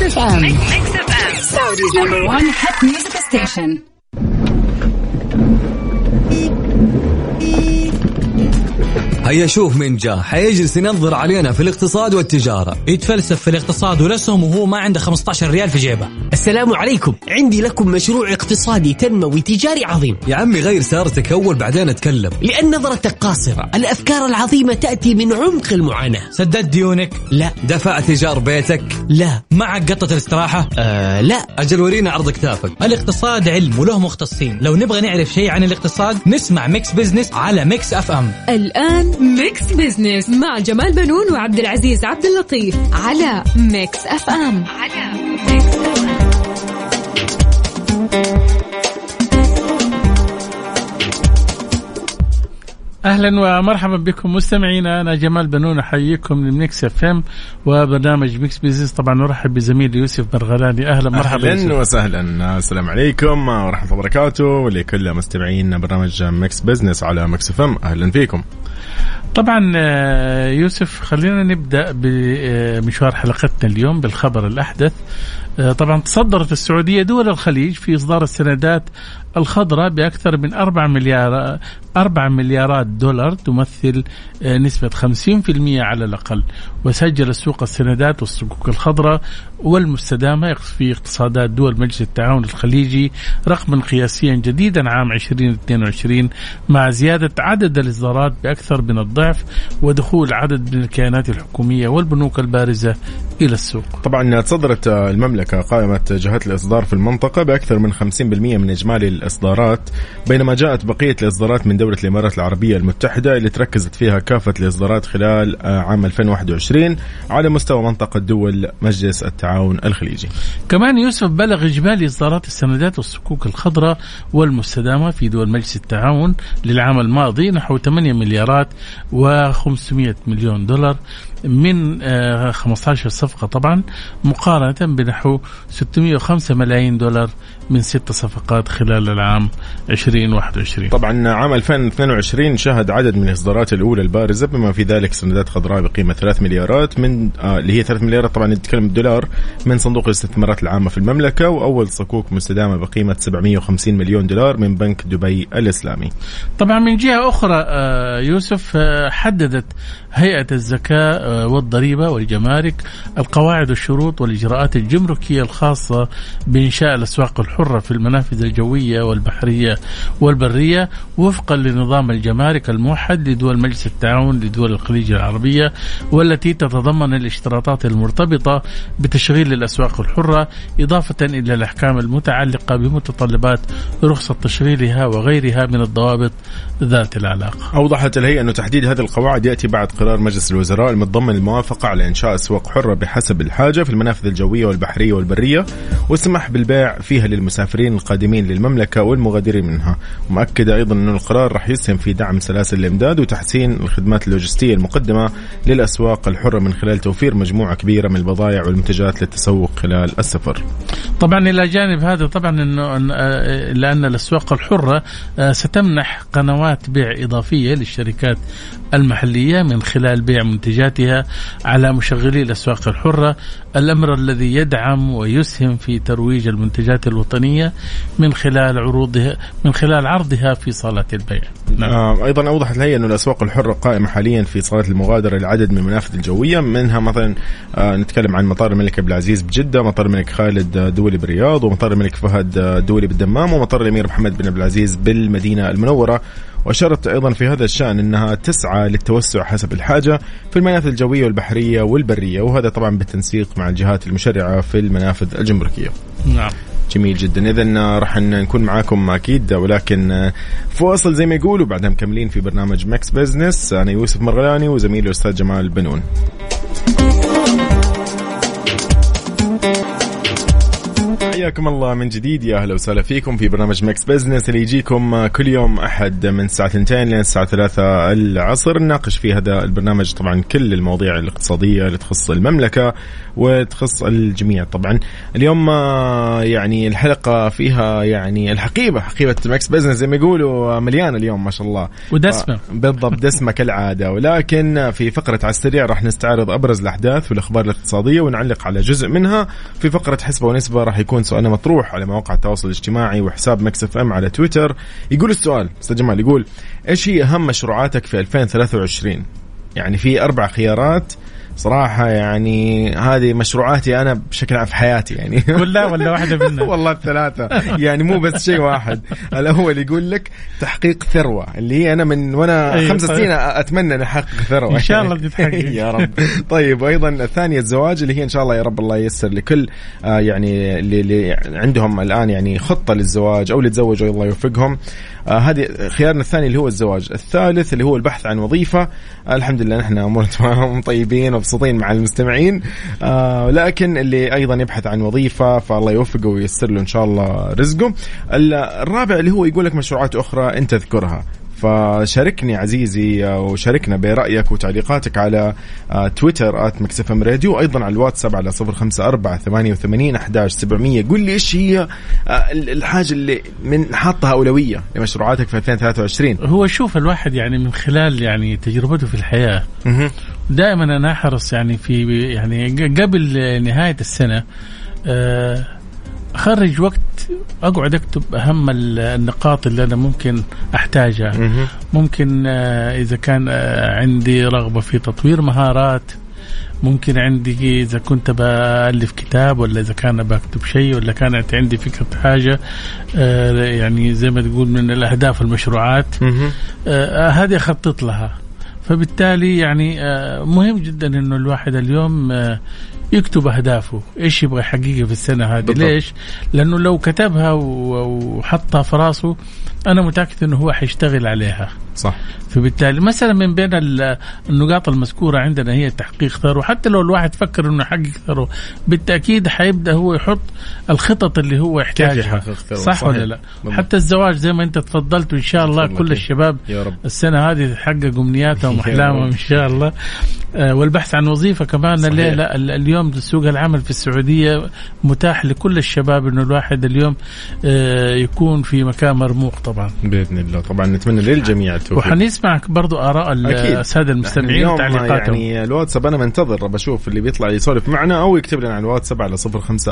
FM. Saudi's #1 hit music station. هيا شوف من جاء حيجلس ينظر علينا في الاقتصاد والتجارة، يتفلسف في الاقتصاد ورسم وهو ما عنده 15 ريال في جيبه. السلام عليكم، عندي لكم مشروع اقتصادي تنموي تجاري عظيم. يا عمي غير سيارتك أول بعدين أتكلم. لأن نظرتك قاصرة، الأفكار العظيمة تأتي من عمق المعاناة. سددت ديونك؟ لا. دفعت إيجار بيتك؟ لا. معك قطة الاستراحة؟ لا. أجل ورينا عرض كتافك. الاقتصاد علم وله مختصين، لو نبغى نعرف شيء عن الاقتصاد نسمع ميكس بزنس على ميكس اف ام. الآن ميكس بزنس مع جمال بنون وعبد العزيز عبد اللطيف على ميكس اف ام. أهلا ومرحبا بكم مستمعينا، أنا جمال بنون أحييكم من ميكس اف ام وبرنامج ميكس بيزنس. طبعا نرحب بزميل يوسف مرغلاني. أهلا مرحبا. أهلا وسهلا، السلام عليكم ورحمة الله وبركاته ولكل مستمعين برنامج ميكس بيزنس على ميكس اف ام. أهلا فيكم. طبعا يوسف، خلينا نبدأ بمشوار حلقتنا اليوم بالخبر الأحدث. طبعا تصدرت السعودية دول الخليج في إصدار السندات الخضراء بأكثر من 4 مليارات دولار، تمثل نسبة 50% على الأقل. وسجل السوق السندات والصكوك الخضراء والمستدامة في اقتصادات دول مجلس التعاون الخليجي رقما قياسيا جديدا عام 2022، مع زيادة عدد الإصدارات بأكثر من الضعف ودخول عدد من الكيانات الحكومية والبنوك البارزة إلى السوق. طبعا تصدرت المملكة قائمة جهات الإصدار في المنطقة بأكثر من 50% من إجمالي الإصدارات، بينما جاءت بقية الإصدارات من دولة الإمارات العربية المتحدة اللي تركزت فيها كافة الإصدارات خلال عام 2021 على مستوى منطقة دول مجلس التعاون الخليجي. كمان يوسف، بلغ إجمالي إصدارات السندات والصكوك الخضراء والمستدامة في دول مجلس التعاون للعام الماضي نحو 8 مليارات و500 مليون دولار من 15 صفقة، طبعا مقارنة بنحو 605 ملايين دولار من 6 صفقات خلال العام 2021. طبعا عام 2022 شهد عدد من الإصدارات الأولى البارزة بما في ذلك سندات خضراء بقيمة 3 مليارات من اللي هي 3 مليارات طبعا نتكلم بالدولار من صندوق الاستثمارات العامة في المملكة، وأول صكوك مستدامة بقيمة 750 مليون دولار من بنك دبي الإسلامي. طبعا من جهة أخرى يوسف، حددت هيئة الزكاة والضريبة والجمارك القواعد والشروط والإجراءات الجمركية الخاصة بإنشاء الأسواق الحرة في المنافذ الجوية والبحرية والبرية وفقا لنظام الجمارك الموحد لدول مجلس التعاون لدول الخليج العربية، والتي تتضمن الاشتراطات المرتبطة بتشغيل الأسواق الحرة، إضافة إلى الأحكام المتعلقة بمتطلبات رخصة تشغيلها وغيرها من الضوابط ذات العلاقة. أوضحت الهيئة أن تحديد هذه القواعد يأتي بعد قرار مجلس الوزراء المتضمن الموافقة على إنشاء أسواق حرة بحسب الحاجة في المنافذ الجوية والبحرية والبرية، والسماح بالبيع فيها للمسافرين القادمين للمملكة والمغادرين منها. ومؤكد أيضا أن القرار راح يسهم في دعم سلاسل الإمداد وتحسين الخدمات اللوجستية المقدمة للأسواق الحرة من خلال توفير مجموعة كبيرة من البضائع والمنتجات للتسوق خلال السفر. طبعا إلى جانب هذا، طبعا لأن الأسواق الحرة ستمنح قنوات بيع إضافية للشركات المحلية من خلال بيع منتجاتها على مشغلي الأسواق الحرة، الأمر الذي يدعم ويسهم في ترويج المنتجات الوطنية من خلال عرضها في صالات البيع. أيضا أوضحت الهيئة أن الأسواق الحرة قائمة حاليا في صالات المغادرة لعدد من المنافذ الجوية، منها مثلا نتكلم عن مطار الملك عبد العزيز بجدة، مطار الملك خالد دولي بالرياض، ومطار الملك فهد دولي بالدمام، ومطار الأمير محمد بن عبد العزيز بالمدينة المنورة. وأشارت أيضا في هذا الشأن أنها تسعى للتوسع حسب الحاجة في المنافذ الجوية والبحرية والبرية، وهذا طبعا بالتنسيق مع الجهات المشرعة في المنافذ الجمركية. نعم، جميل جدا. إذن راح نكون معاكم أكيد، ولكن فواصل زي ما يقولوا بعدها مكملين في برنامج ميكس بيزنس. أنا يوسف مرغلاني وزميلي الأستاذ جمال بنون. حياكم الله من جديد، يا أهلا وسهلا فيكم في برنامج ميكس بزنس اللي يجيكم كل يوم أحد من الساعة 2 لين الساعة 3 العصر. نناقش في هذا البرنامج طبعا كل المواضيع الاقتصادية اللي تخص المملكة وتخص الجميع. طبعا اليوم يعني الحلقة فيها يعني حقيبة ميكس بزنس زي ما يقولوا مليانة اليوم ما شاء الله، ودسمة بالضبط دسمة كالعادة. ولكن في فقرة على السريع راح نستعرض أبرز الأحداث والأخبار الاقتصادية ونعلق على جزء منها. في فقرة حسبة ونسبة راح يكون سؤالنا مطروح على مواقع التواصل الاجتماعي وحساب ميكس اف ام على تويتر. يقول السؤال أستاذ جمال، يقول إيش هي أهم مشروعاتك في 2023؟ يعني في 4 خيارات صراحة، يعني هذه مشروعاتي أنا بشكل عام في حياتي يعني كلها ولا واحدة منها؟ والله 3 يعني مو بس شيء واحد. الأول يقول لك تحقيق ثروة، اللي هي أنا من وأنا 5 سنين أتمنى أن أحقق ثروة إن شاء الله تتحقق يا رب. طيب وأيضا الثانية الزواج، اللي هي إن شاء الله يا رب الله ييسر لكل يعني اللي عندهم الآن يعني خطة للزواج أو اللي تزوجوا الله يوفقهم. هذه خيارنا الثاني اللي هو الزواج. الثالث اللي هو البحث عن وظيفة. الحمد لله نحن أمورنا طيبين ومبسوطين مع المستمعين، لكن اللي أيضا يبحث عن وظيفة فالله يوفقه وييسر له إن شاء الله رزقه. الرابع اللي هو يقول لك مشروعات أخرى أنت تذكرها. فشاركني عزيزي وشاركنا برأيك وتعليقاتك على تويتر @مكسفمراديو، وأيضا على الواتساب على 0548811700. قل لي إيش هي الحاجة اللي من حاطها أولوية لمشروعاتك في 2023. هو شوف الواحد يعني من خلال يعني تجربته في الحياة دائما أنا أحرص يعني في يعني قبل نهاية السنة أخرج وقت أقعد أكتب أهم النقاط اللي أنا ممكن أحتاجها. ممكن إذا كان عندي رغبة في تطوير مهارات، ممكن عندي إذا كنت بألف كتاب، ولا إذا كان بكتب شيء، ولا كانت عندي فكرة حاجة يعني زي ما تقول من الأهداف المشروعات هذه أخطط لها. فبالتالي يعني مهم جدا إنه الواحد اليوم يكتب أهدافه إيش يبغى يحققها في السنة هذه. ليش؟ لأنه لو كتبها وحطها في راسه أنا متأكد إنه هو حيشتغل عليها. صح. فبالتالي مثلا من بين النقاط المذكورة عندنا هي تحقيق ثروة. حتى لو الواحد فكر إنه يحقق ثروة بالتأكيد حيبدأ هو يحط الخطط اللي هو يحتاجها. صح ولا لا؟ حتى الزواج زي ما أنت تفضلت، وإن شاء الله كل الشباب السنة هذه تحقق أمنياتهم وأحلامهم إن شاء الله. والبحث عن وظيفة كمان. لا اليوم سوق العمل في السعودية متاح لكل الشباب إنه الواحد اليوم يكون في مكان مرموق طبعا بإذن الله. طبعا نتمنى للجميع التوفيق. وحنسمعك برضو آراء السادة المستمعين وتعليقاتهم. يعني الواتساب أنا منتظر بشوف اللي بيطلع يسولف معنا أو يكتب لنا على الواتساب على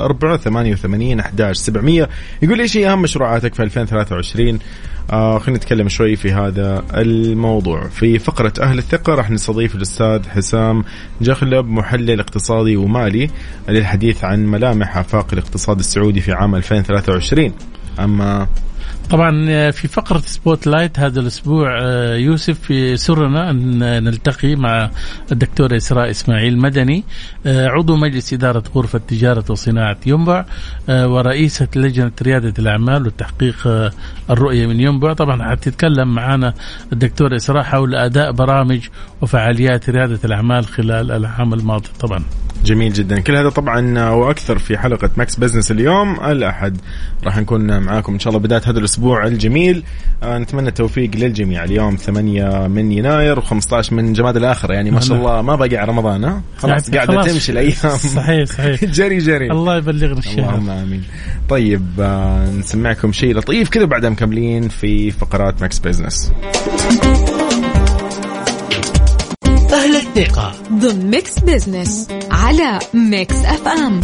0548811700. يقول إيش هي أهم مشروعاتك في 2023. خلينا نتكلم شوي في هذا الموضوع. في فقرة أهل الثقة راح نستضيف الأستاذ حسام جخلب محلل اقتصادي ومالي للحديث عن ملامح آفاق الاقتصاد السعودي في عام 2023. أما طبعا في فقرة سبوت لايت هذا الأسبوع يوسف يسرنا أن نلتقي مع الدكتورة إسراء إسماعيل مدني، عضو مجلس إدارة غرفة تجارة وصناعة ينبع ورئيسة لجنة ريادة الأعمال وتحقيق الرؤية من ينبع. طبعا حتتكلم معنا الدكتورة إسراء حول أداء برامج وفعاليات ريادة الأعمال خلال العام الماضي. طبعا جميل جدا. كل هذا طبعا وأكثر في حلقة ماكس بزنس اليوم الأحد. راح نكون معاكم إن شاء الله بداية هذا الأسبوع الجميل. نتمنى التوفيق للجميع. اليوم 8 من يناير و15 من جماد الآخر، يعني ما شاء الله ما بقى رمضان خلاص قاعدة تمشي الأيام. صحيح جري الله يبلغنا الشهر. اللهم آمين. طيب نسمعكم شيء لطيف كذا بعدها مكملين في فقرات ماكس بزنس. أهل الثقة ضمن ميكس بزنس على ميكس اف ام.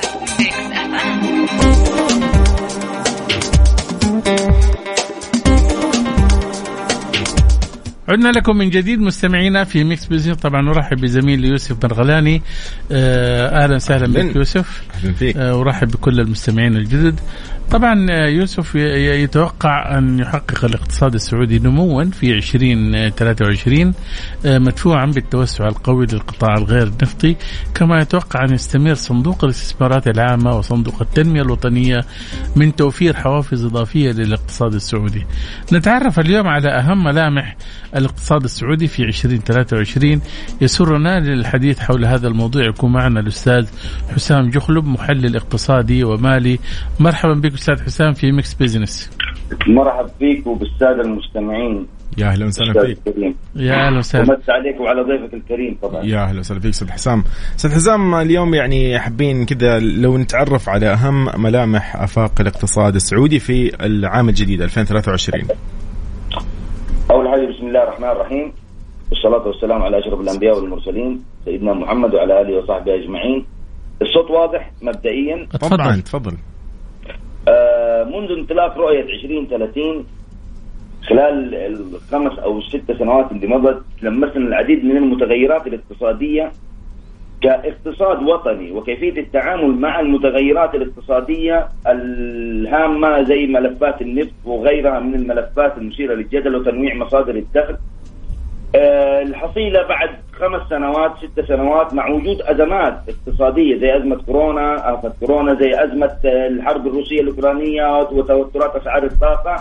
عدنا لكم من جديد مستمعينا في ميكس بزنس. طبعا نرحب بزميل يوسف مرغلاني. أهلا وسهلا بك يوسف. ورحب بكل المستمعين الجدد. طبعا يوسف يتوقع أن يحقق الاقتصاد السعودي نموا في 2023 مدفوعا بالتوسع القوي للقطاع الغير نفطي، كما يتوقع أن يستمر صندوق الاستثمارات العامة وصندوق التنمية الوطنية من توفير حوافز إضافية للاقتصاد السعودي. نتعرف اليوم على أهم ملامح الاقتصاد السعودي في 2023. يسرنا للحديث حول هذا الموضوع يكون معنا الأستاذ حسام جخلب محلل اقتصادي ومالي. مرحبا بك أستاذ حسام في ميكس بيزنس. مرحبا فيك وبالسادة المستمعين. يا اهلا وسهلا فيك. يا اهلا وسهلا. ومسا عليك وعلى ضيفك الكريم طبعا. يا اهلا وسهلا فيك استاذ حسام. استاذ حسام اليوم يعني حابين كذا لو نتعرف على اهم ملامح افاق الاقتصاد السعودي في العام الجديد 2023. اول حاجه بسم الله الرحمن الرحيم والصلاه والسلام على اشرف الانبياء والمرسلين سيدنا محمد وعلى اله وصحبه اجمعين. الصوت واضح مبدئيا؟ طبعا تفضل. منذ انطلاق رؤيه 2030 خلال الخمس أو الست سنوات اللي مضت لمسنا العديد من المتغيرات الاقتصادية كاقتصاد وطني وكيفية التعامل مع المتغيرات الاقتصادية الهامة زي ملفات النفط وغيرها من الملفات المثيرة للجدل وتنويع مصادر الدخل. الحصيلة بعد 5 سنوات 6 سنوات مع وجود أزمات اقتصادية زي أزمة كورونا، آفة كورونا، زي أزمة الحرب الروسية الأوكرانية وتوترات أسعار الطاقة.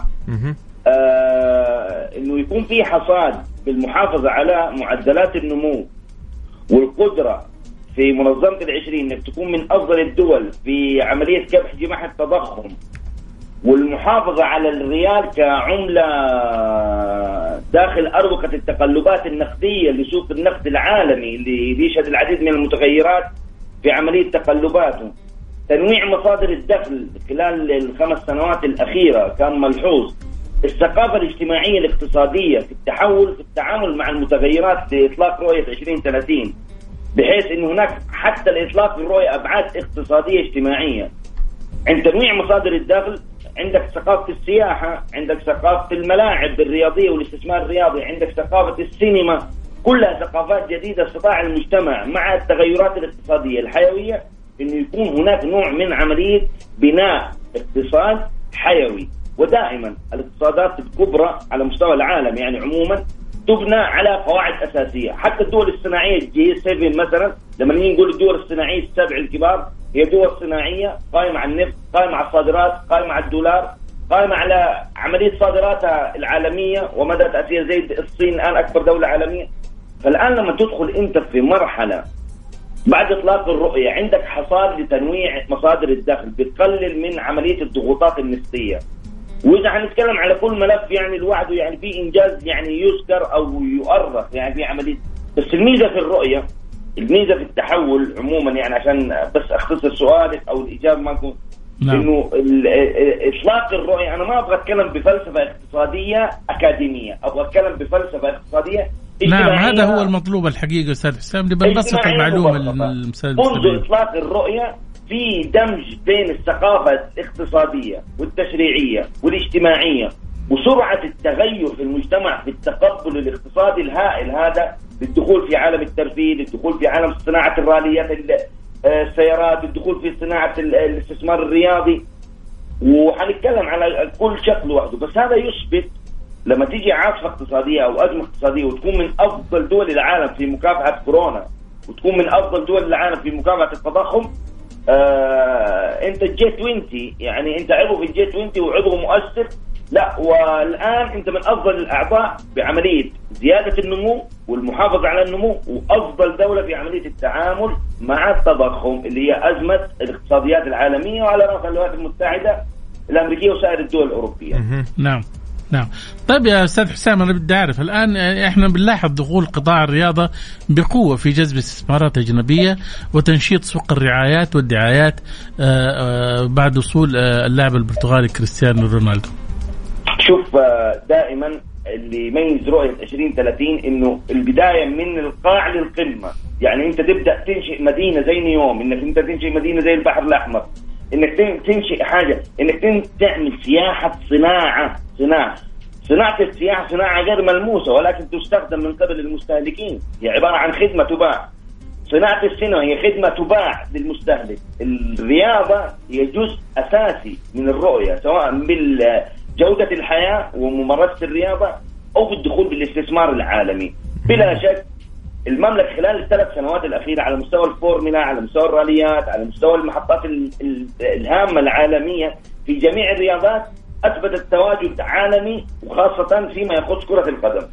انه يكون في حصاد بالمحافظة على معدلات النمو والقدرة في منظمة ال20 انك تكون من افضل الدول في عملية كبح جماح التضخم والمحافظة على الريال كعملة داخل أروقة التقلبات النقدية لسوق النقد العالمي اللي بيشهد العديد من المتغيرات في عملية تقلباته. تنويع مصادر الدخل خلال ال5 سنوات الأخيرة كان ملحوظ. الثقافة الاجتماعية الاقتصادية في التعامل مع المتغيرات لإطلاق رؤية 2030 بحيث أن هناك حتى الإطلاق في الرؤية أبعاد اقتصادية اجتماعية. عند تنويع مصادر الدخل عندك ثقافة السياحة، عندك ثقافة الملاعب الرياضية والاستثمار الرياضي، عندك ثقافة السينما، كلها ثقافات جديدة استطاع المجتمع مع التغيرات الاقتصادية الحيوية أنه يكون هناك نوع من عملية بناء اقتصاد حيوي. ودائما الاقتصادات الكبرى على مستوى العالم يعني عموما تبنى على قواعد أساسية. حتى الدول الصناعية G7 مثلا لما نقول الدول الصناعية ال7 الكبار هي دول صناعية قائمة على النفط، قائمة على الصادرات، قائمة على الدولار، قائمة على عملية صادراتها العالمية ومدى تأثير زي الصين الآن أكبر دولة عالمية. فالآن لما تدخل أنت في مرحلة بعد إطلاق الرؤية عندك حصاد لتنويع مصادر الدخل بتقلل من عملية الضغوطات النفطية. وإذا هنتكلم على كل ملف يعني لوحده يعني في إنجاز يعني يذكر أو يؤرخ يعني في عملية. بس الميزة في الرؤية، الميزة في التحول عموما يعني عشان بس أختصر سؤالك أو الإجابة معكم إنه إطلاق الرؤية أنا ما أبغى أتكلم بفلسفة اقتصادية أكاديمية، أبغى أتكلم بفلسفة اقتصادية اجتماعية. نعم هذا هو المطلوب الحقيقة أستاذ حسام لبنبسط المعلومة للمسائل. منذ إطلاق الرؤية في دمج بين الثقافة الاقتصادية والتشريعية والاجتماعية وسرعة التغير في المجتمع في التقبل الاقتصادي الهائل هذا للدخول في عالم الترفيه، للدخول في عالم صناعة الراليات السيارات، للدخول في صناعة الاستثمار الرياضي. وحنتكلم على كل شكل لوحده. بس هذا يثبت لما تيجي عاصفة اقتصادية أو أزمة اقتصادية وتكون من أفضل دول العالم في مكافحة كورونا وتكون من أفضل دول العالم في مكافحة التضخم، انت G20 يعني انت عضو في G20 وعضو مؤثر. لا والآن انت من افضل الاعضاء بعملية زيادة النمو والمحافظة على النمو وافضل دولة في عملية التعامل مع التضخم اللي هي ازمة الاقتصاديات العالمية وعلى رأس الولايات المتحدة الامريكية وسائر الدول الاوروبية. نعم. طيب يا أستاذ حسام أنا بدي أعرف الآن إحنا بنلاحظ دخول قطاع الرياضة بقوة في جذب استثمارات أجنبية وتنشيط سوق الرعايات والدعايات بعد وصول اللاعب البرتغالي كريستيانو رونالدو. شوف دائما اللي يميز رؤية 2030 إنه البداية من القاع للقمة. يعني أنت تبدأ تنشئ مدينة زي نيوم، إنك أنت تنشئ مدينة زي البحر الأحمر، إنك تنشئ حاجة، إنك تعمل سياحة صناعة السياحة صناعة غير ملموسة ولكن تستخدم من قبل المستهلكين، هي عبارة عن خدمة تباع. صناعة السينما هي خدمة تباع للمستهلك. الرياضة هي جزء أساسي من الرؤية سواء بالجودة الحياة وممارسة الرياضة أو بالدخول بالاستثمار العالمي. بلا شك المملكة خلال ال3 سنوات الأخيرة على مستوى الفورمولا، على مستوى الراليات، على مستوى المحطات الهامة العالمية في جميع الرياضات أثبتت تواجد عالمي وخاصة فيما يخص كرة القدم.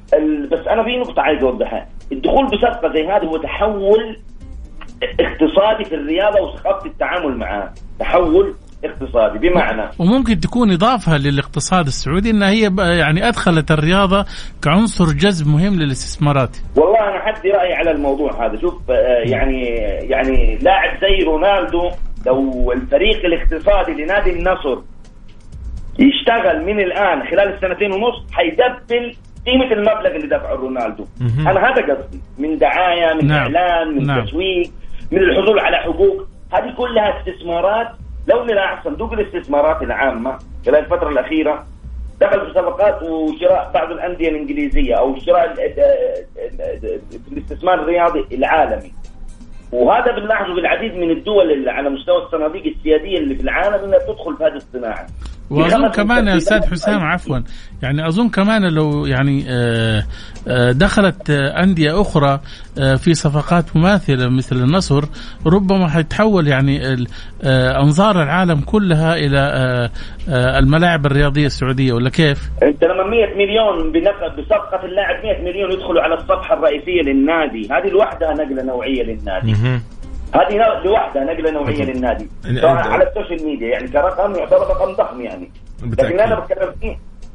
بس أنا في نقطة عايز أوضحها. الدخول بصفقة زي هذه هو تحول اقتصادي في الرياضة وثقافة التعامل معها، تحول اقتصادي بمعنى، وممكن تكون إضافة للاقتصاد السعودي إنها هي يعني أدخلت الرياضة كعنصر جذب مهم للاستثمارات. والله أنا حدي رأيي على الموضوع هذا. شوف يعني لاعب زي رونالدو لو الفريق الاقتصادي لنادي النصر يشتغل من الآن خلال السنتين ونص حيدبل قيمة المبلغ اللي دفعه رونالدو. أنا هذا قصدي، من دعاية، من إعلان، من تسويق، من الحصول على حقوق. هذه كلها استثمارات. لو نلاحظ صندوق الاستثمارات العامة خلال الفترة الأخيرة دخل في صفقات وشراء بعض الأندية الإنجليزية أو شراء الاستثمار الرياضي العالمي، وهذا بنلاحظه بالعديد من الدول اللي على مستوى الصناديق السيادية اللي في العالم انها تدخل في هذه الصناعة. وأظن كمان يا أستاذ حسام عفوا، يعني أظن كمان لو يعني دخلت أندية أخرى في صفقات مماثلة مثل النصر ربما حيتحول يعني أنظار العالم كلها إلى الملاعب الرياضية السعودية، ولا كيف؟ أنت لما 100 مليون بصفقة اللاعب 100 مليون يدخلوا على الصفحة الرئيسية للنادي، هذه لوحدها نقلة نوعية للنادي. هذه لوحدها نقلة نوعية للنادي على السوشيال ميديا، يعني كرقم يعتبر رقم ضخم يعني. لكن أنا بتكلم فيه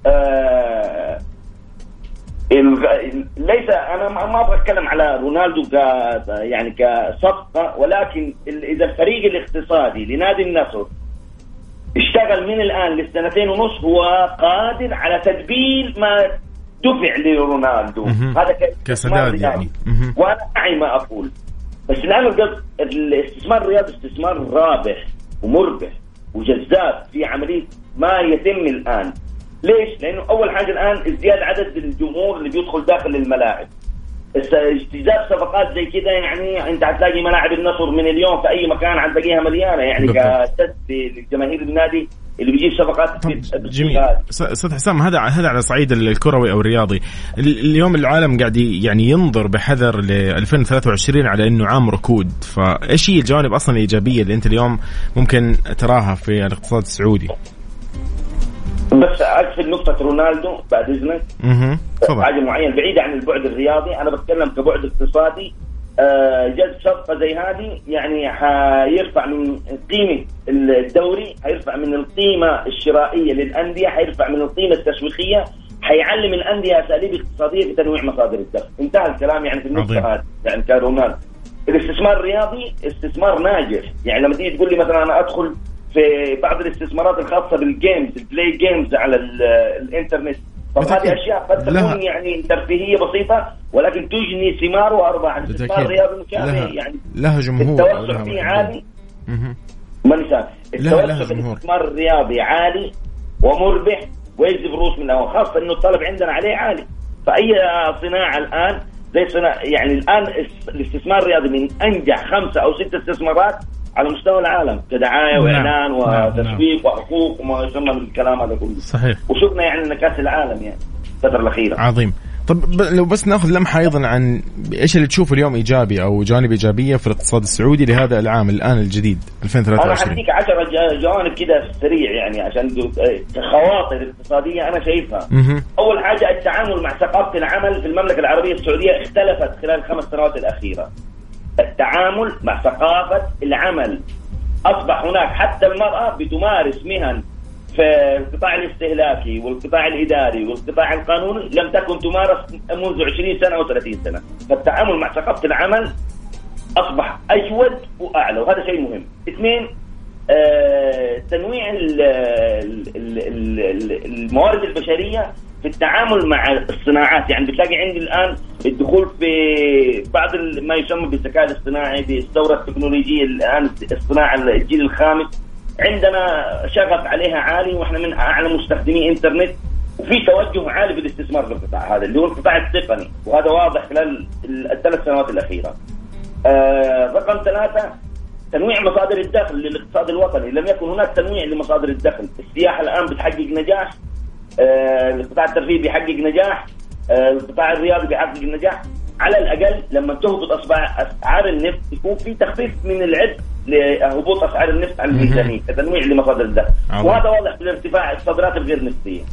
ليس أنا ما أبغى أتكلم على رونالدو يعني كصفقة، ولكن إذا الفريق الاقتصادي لنادي النصر اشتغل من الآن للسنتين ونص هو قادر على تدبير ما دفع لرونالدو. هذا كسداد يعني. وأنا أعي ما أقول، بس الآن الاستثمار الرياضي استثمار رابح ومربح وجذاب في عملية ما يتم الآن. ليش؟ لأنه أول حاجة الآن ازدياد عدد الجمهور اللي بيدخل داخل الملاعب، استجذاب صفقات زي كده. يعني أنت هتلاقي ملاعب النصر من اليوم في أي مكان هتلاقيها مليانة، يعني كسد لجماهير النادي اللي بيجيب صفقات. جميل. أستاذ حسام، هذا على صعيد الكروي أو الرياضي. اليوم العالم قاعد يعني ينظر بحذر ل 2023 على إنه عام ركود، فإيش هي الجوانب أصلا الإيجابية اللي أنت اليوم ممكن تراها في الاقتصاد السعودي؟ بس أقصد نقطة رونالدو بعد إذنك. حاجة معينة بعيدة عن البعد الرياضي، أنا بتكلم كبعد اقتصادي. جذب صفقة زي هذه يعني حيرفع من قيمة الدوري، حيرفع من القيمة الشرائية للأندية، حيرفع من القيمة التسويقية، حيعلم الأندية أساليب اقتصادية في تنويع مصادر الدخل. انتهى الكلام يعني في النقطة هذه. يعني كرونالدو الاستثمار الرياضي استثمار ناجح. يعني لما تيجي تقول لي مثلا أنا أدخل في بعض الاستثمارات الخاصة بالجيمز، البلاي جيمز على الانترنت، فهذه أشياء قد تكون يعني ترفيهية بسيطة ولكن تجني ثمار وأرباح. الاستثمار الرياضي مكافئ، يعني لها جمهور، التوسع فيه عالي. ما نسى التوسع في الاستثمار الرياضي عالي ومربح ويجذب رؤوس من الأموال، خاصة إنه الطلب عندنا عليه عالي. فأي صناعة الآن زي صناعة، يعني الآن الاستثمار الرياضي من أنجح 5 أو 6 استثمارات على مستوى العالم كدعاية وإعلان وتسويق وحقوق وما يسمى من الكلام هذا كله. صحيح. وشفنا يعني كأس العالم يعني الفترة الأخيرة. عظيم. طب لو بس ناخذ لمحة أيضا عن إيش اللي تشوفه اليوم إيجابي أو جانب إيجابية في الاقتصاد السعودي لهذا العام الآن الجديد 2023. أنا حديك 10 جوانب كده سريع يعني عشان خواطر اقتصادية أنا شايفها. أول حاجة التعامل مع ثقافة العمل في المملكة العربية السعودية اختلفت خلال 5 سنوات الأخيرة. التعامل مع ثقافة العمل أصبح هناك حتى المرأة بتمارس مهن في القطاع الاستهلاكي والقطاع الإداري والقطاع القانوني لم تكن تمارس منذ 20 سنة أو 30 سنة. فالتعامل مع ثقافة العمل أصبح أجود وأعلى، وهذا شيء مهم. 2 تنويع الموارد البشرية في التعامل مع الصناعات. يعني بتلاقي عندي الآن الدخول في بعض ما يسمى بالذكاء الاصطناعي، بالثورة التكنولوجية الآن الصناعة الجيل الخامس عندنا شغف عليها عالي، وإحنا من أعلى مستخدمي إنترنت، وفي توجه عالي بالاستثمار في القطاع هذا اللي هو القطاع التقني، وهذا واضح خلال ال3 سنوات الأخيرة. رقم 3 تنويع مصادر الدخل للاقتصاد الوطني. لم يكن هناك تنويع لمصادر الدخل. السياحة الآن بتحقق نجاح، القطاع الترفيهي بيحقق نجاح، القطاع الرياضي بيحقق نجاح. على الأقل لما تهبط أسعار النفط يكون في تخفيف من العبء لهبوط أسعار النفط عن الميزانية كتنويع لمصادر الدخل. وهذا واضح بالارتفاع الصادرات الغير نفطية.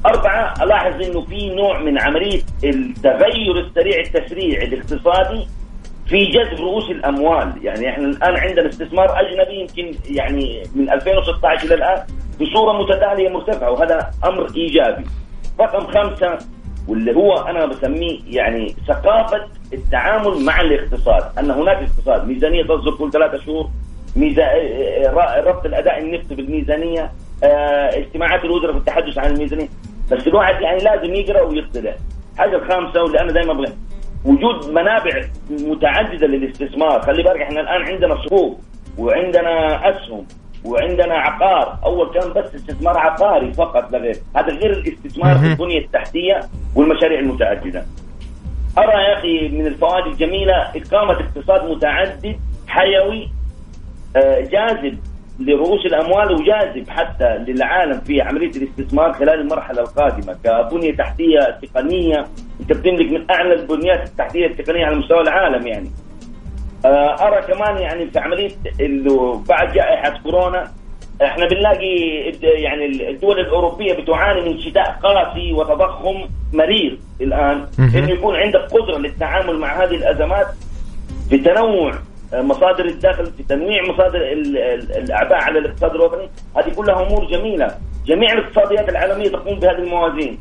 4 ألاحظ إنه في نوع من عملية التغير السريع التسريع الاقتصادي في جذب رؤوس الأموال. يعني إحنا الآن عندنا استثمار أجنبي يمكن يعني من 2016 إلى الآن بصورة متتالية مرتفعة، وهذا أمر إيجابي. رقم 5 واللي هو أنا بسميه يعني ثقافة التعامل مع الاقتصاد، أن هناك اقتصاد، ميزانية تصدر كل 3 شهور، ربط الأداء النفسي بالميزانية، اجتماعات الوزراء في التحدث عن الميزانية. بس الواحد يعني لازم يقرأ ويطلع. حاجة الخامسة واللي أنا دائما بقول وجود منابع متعددة للاستثمار. خلي بالك احنا الآن عندنا صكوك وعندنا أسهم وعندنا عقار. أول كان بس استثمار عقاري فقط لا غير، هذا غير الاستثمار في البنية التحتية والمشاريع المتعددة. أرى يا أخي من الفوائد الجميلة إقامة اقتصاد متعدد حيوي جاذب لرؤوس الأموال وجاذب حتى للعالم في عملية الاستثمار خلال المرحلة القادمة كبنية تحتية تقنية. أنت بتملك من أعلى البنيات التحتية التقنية على مستوى العالم. يعني أرى كمان يعني في عملية بعد جائحة كورونا احنا بنلاقي يعني الدول الأوروبية بتعاني من شتاء قاسي وتضخم مرير الآن. إنه يكون عندك قدرة للتعامل مع هذه الأزمات بتنوع مصادر الدخل، في تنويع مصادر الأعباء على الاقتصاد الوطني. هذه كلها أمور جميلة. جميع الاقتصاديات العالمية تقوم بهذه الموازين.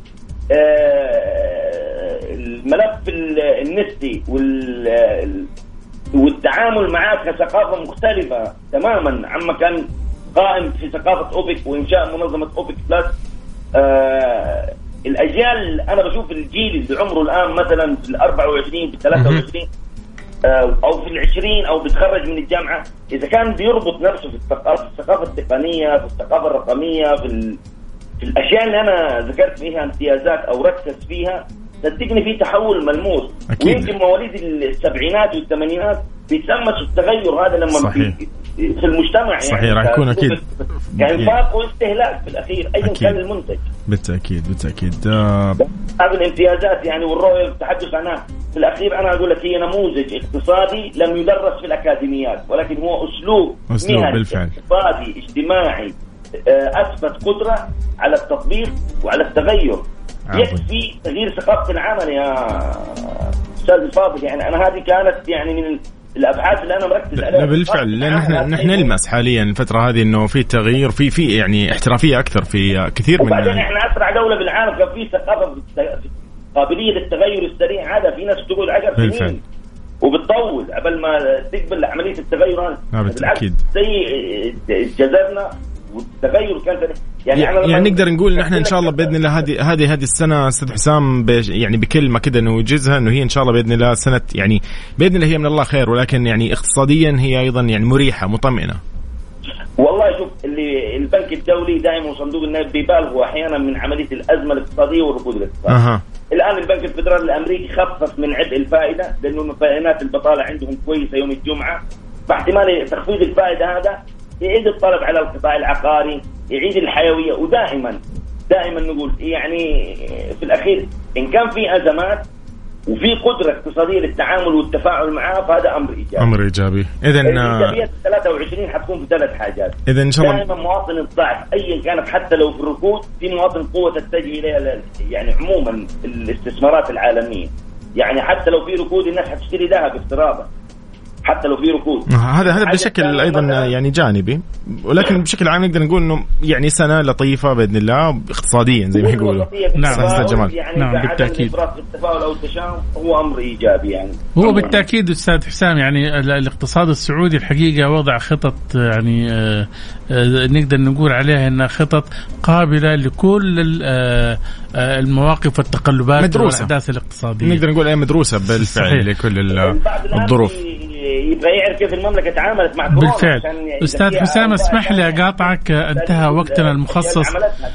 الملف النفسي والتعامل معه كثقافة مختلفة تماما عما كان قائم في ثقافة أوبك وإنشاء منظمة أوبك بلس. الأجيال أنا بشوف الجيل اللي عمره الآن مثلا في 24 في 23 أو في 20 أو بيتخرج من الجامعة، إذا كان بيربط نفسه في الثقافة التقنية، في الثقافة الرقمية، في الأشياء اللي أنا ذكرت فيها امتيازات أو ركز فيها، صدقني في تحول ملموس. ويمكن مواليد السبعينات والثمانينات بيتسمس التغير هذا لما في المجتمع. صحيح. يعني راح يكون أكيد كإنفاق واستهلاك في الأخير أيا كان المنتج. بالتأكيد هذه الامتيازات يعني والرؤية التحدث عنها في الأخير أنا أقول لك هي نموذج اقتصادي لم يدرس في الأكاديميات، ولكن هو أسلوب مهني اقتصادي اجتماعي أثبت قدرة على التطبيق وعلى التغير. يكفي تغيير ثقافة العمل يا أستاذ الفاضل. يعني أنا هذه كانت يعني من الأبحاث اللي أنا مركز عليها. بالفعل، لأن نحن نلمس حاليا الفترة هذه إنه في تغيير في يعني احترافية أكثر في كثير من. وبعدين إحنا أسرع دولة بالعالم كان في ثقافة قابلية للتغير السريع. هذا في ناس تقول 10 سنين وبتطول قبل ما تقبل عملية التغير هذا. بالعكس زي جذرنا والتغير كان يعني نقدر نقول ان احنا ان شاء الله باذن الله هذه السنه استاذ حسام يعني بكلمه كده نوجزها انه هي ان شاء الله باذن الله سنه يعني باذن الله هي من الله خير، ولكن يعني اقتصاديا هي ايضا يعني مريحه مطمئنه. والله شوف اللي البنك الدولي دائما وصندوق النقد بيبالغوا احيانا من عمليه الازمه الاقتصاديه والركود الاقتصادي. الان البنك الفدرالي الامريكي خفف من عبء الفائده لانه بيانات البطاله عندهم كويسه يوم الجمعه، فاحتمال تخفيض الفائده هذا يعيد الطلب على القطاع العقاري، يعيد الحيوية. ودائما نقول يعني في الأخير إن كان في أزمات وفي قدرة اقتصادية للتعامل والتفاعل معها فهذا أمر إيجابي. إذن الإيجابيات 23 حتكون في 3 حاجات. إذن إن شاء الله دائما مواطن الضعف أيا كانت حتى لو في الركود في مواطن قوة تتجه إليها. يعني عموما الاستثمارات العالمية يعني حتى لو في ركود الناس حتشتري ذهب افتراضا حتى لو في ركود. هذا بشكل أيضا يعني جانبي، ولكن بشكل عام نقدر نقول إنه يعني سنة لطيفة بإذن الله اقتصاديا زي ما يقولوا. نعم أستاذ جمال. يعني نعم بالتأكيد. التفاؤل أو التشاؤم هو أمر إيجابي. يعني هو بالتأكيد أستاذ حسام يعني الاقتصاد السعودي الحقيقة وضع خطط يعني نقدر نقول عليها إنها خطط قابلة لكل المواقف والتقلبات والأحداث الاقتصادية. نقدر نقول أي مدروسة بالفعل لكل الظروف. يبغى يعرف كيف المملكة تعاملت مع كورونا. بالفعل. أستاذ حسام اسمح لي أقاطعك، انتهى وقتنا المخصص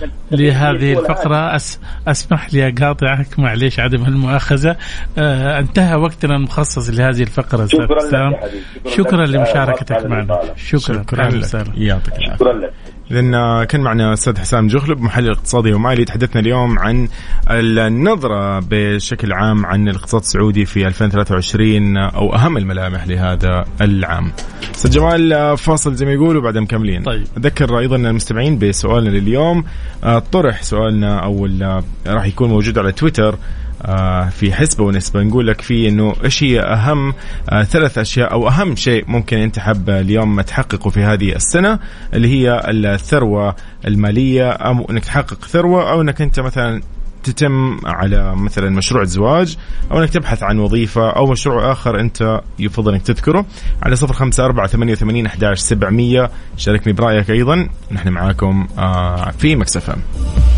لهذه الفقرة. اسمح لي أقاطعك، معليش عدم المؤاخذة. انتهى وقتنا المخصص لهذه الفقرة أستاذ حسام. شكرا لمشاركتك معنا. شكرا. يعطيك العافية. لأن كان معنا أستاذ حسام جغلب محلل اقتصادي ومالي، تحدثنا اليوم عن النظرة بشكل عام عن الاقتصاد السعودي في 2023 أو أهم الملامح لهذا العام. أستاذ جمال فاصل زي ما يقولوا بعد مكملين. طيب. أذكر أيضا المستمعين بسؤالنا لليوم. طرح سؤالنا أو راح يكون موجود على تويتر في حسبة ونسبة، نقول لك فيه إنه إيش هي أهم 3 أشياء أو أهم شيء ممكن أنت حاب اليوم تحققه في هذه السنة، اللي هي الثروة المالية، أو إنك تحقق ثروة، أو إنك أنت مثلا تتم على مثلا مشروع زواج، أو إنك تبحث عن وظيفة، أو مشروع آخر أنت يفضل إنك تذكره. على 0548811700 شاركني برأيك. أيضا نحن معاكم في مكس اف ام.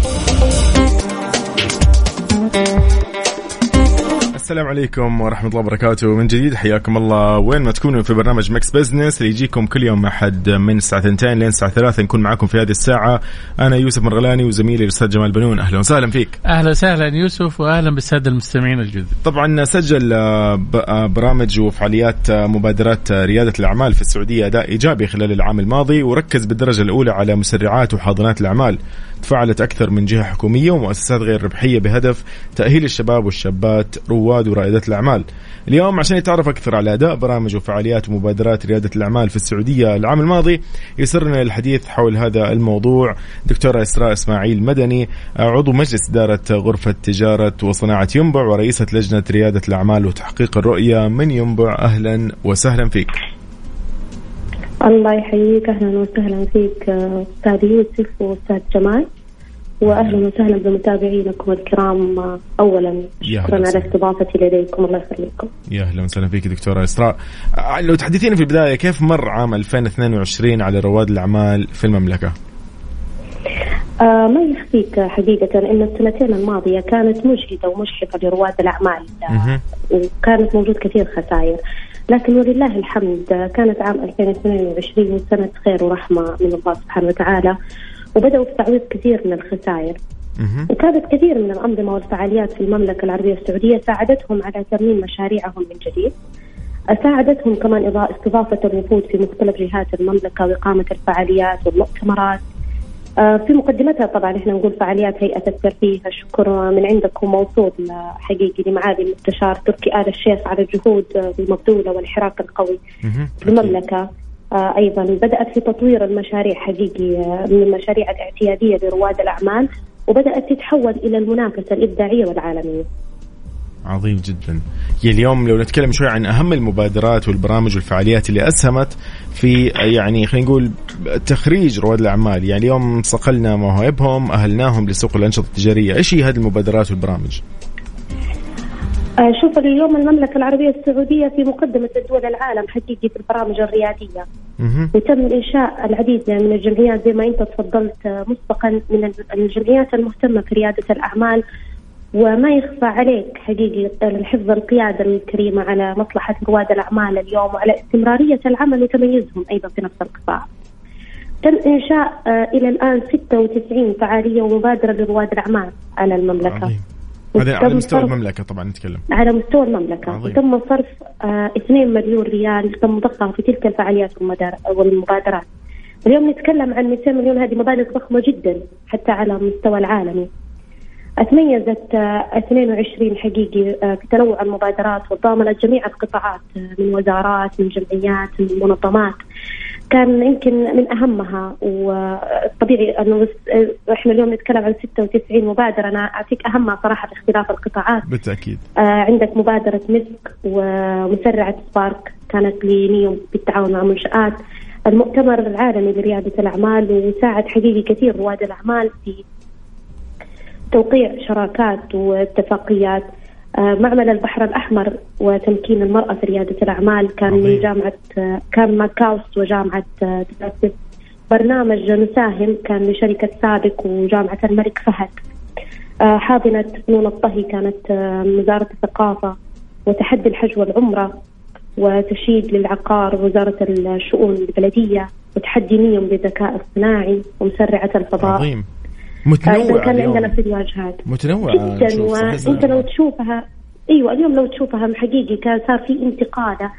السلام عليكم ورحمة الله وبركاته من جديد، حياكم الله وين ما تكونوا في برنامج مكس بزنس اللي يجيكم كل يوم أحد من الساعة 2 لين الساعة 3 نكون معاكم في هذه الساعة. أنا يوسف مرغلاني وزميلي الأستاذ جمال بنون. أهلا وسهلا فيك. أهلا وسهلا يوسف، وأهلا بالسادة المستمعين الجدد. طبعا سجل برامج وفعاليات مبادرات ريادة الأعمال في السعودية أداء إيجابي خلال العام الماضي، وركز بالدرجة الأولى على مسرعات وحاضنات الأعمال. تفاعلت أكثر من جهة حكومية ومؤسسات غير ربحية بهدف تأهيل الشباب والشابات رواد ورائدات الأعمال. اليوم عشان يتعرف أكثر على أداء برامج وفعاليات ومبادرات ريادة الأعمال في السعودية العام الماضي، يسرنا الحديث حول هذا الموضوع دكتورة إسراء إسماعيل مدني، عضو مجلس إدارة غرفة تجارة وصناعة ينبع ورئيسة لجنة ريادة الأعمال وتحقيق الرؤية من ينبع. أهلا وسهلا فيك. الله يحييك، أهلا وسهلا فيك أستاذ يوسف وأستاذ جمال، وأهلا وسهلا بمتابعينكم الكرام. أولا شكرا على استضافتي لديكم، الله يخليكم. يا أهلا وسهلا فيك دكتورة إسراء. لو تحدثينا في البداية كيف مر عام 2022 على رواد الأعمال في المملكة؟ ما يخفيك حقيقة أن السنتين الماضية كانت مجهدة ومشحفة لرواد الأعمال، وكانت موجود كثير خسائر، لكن ولله الحمد كانت عام 2022 سنة خير ورحمة من الله سبحانه وتعالى، وبدأوا في تعويض كثير من الخسائر. وكانت كثير من الأنظمة والفعاليات في المملكة العربية السعودية ساعدتهم على ترميم مشاريعهم من جديد. ساعدتهم كمان استضافة الوفود في مختلف جهات المملكة وإقامة الفعاليات والمؤتمرات. في مقدمتها طبعا احنا نقول فعاليات هيئة الترفيه، الشكر من عندكم موصول حقيقي لمعالي المستشار تركي آل الشيخ على الجهود المبذولة والحراك القوي في المملكة. أيضا بدأت في تطوير المشاريع حقيقي من المشاريع الاعتيادية لرواد الأعمال، وبدأت تتحول إلى المنافسة الإبداعية والعالمية. عظيم جدا. اليوم لو نتكلم شوي عن أهم المبادرات والبرامج والفعاليات اللي أسهمت في يعني خلينا نقول تخريج رواد الأعمال، يعني اليوم صقلنا مواهبهم أهلناهم لسوق الأنشطة التجارية، إيش هي هذه المبادرات والبرامج؟ شوف اليوم المملكة العربية السعودية في مقدمة الدول العالم حقيقي في البرامج الريادية، وتم إنشاء العديد من الجمعيات زي ما أنت تفضلت مسبقا من الجمعيات المهتمة في ريادة الأعمال. وما يخفى عليك حقيقي الحفظ القيادة الكريمة على مصلحة رواد الأعمال اليوم وعلى استمرارية العمل وتميزهم أيضا في نفس القطاع. تم إنشاء إلى الآن 96 فعالية ومبادرة لرواد الأعمال على المملكة. هذا على مستوى المملكة طبعا نتكلم. على مستوى المملكة. وتم صرف 2 مليون ريال تم ضخها في تلك الفعاليات والمبادرات. اليوم نتكلم عن 200 مليون، هذه مبالغ ضخمة جدا حتى على مستوى العالمي. تميزت 22 حقيقي في تنوع المبادرات وضامنت جميع القطاعات من وزارات من جمعيات من منظمات. كان يمكن من أهمها، وطبيعي أنه إحنا اليوم نتكلم عن 96 مبادرة، أنا أعطيك أهمها صراحة في اختلاف القطاعات بالتأكيد. عندك مبادرة مسك ومسرعة سبارك كانت لنيوم بالتعاون مع منشآت، المؤتمر العالمي لريادة الأعمال، وساعد حقيقي كثير رواد الأعمال في توقيع شراكات واتفاقيات. معمل البحر الأحمر وتمكين المرأة في ريادة الأعمال كان من جامعة كان ماكاوس وجامعة دبي. برنامج نساهم كان لشركة سابق وجامعة الملك فهد. حاضنة فنون الطهي كانت وزارة الثقافة، وتحدي الحج والعمرة، وتشييد للعقار وزارة الشؤون البلدية، وتحدي نيوم للذكاء الصناعي ومسرعة الفضاء. عظيم. متنوع كان عندنا في الواجهات متنوع جدا. وانت لو تشوفها اليوم لو تشوفها حقيقي كان صار في انتقالة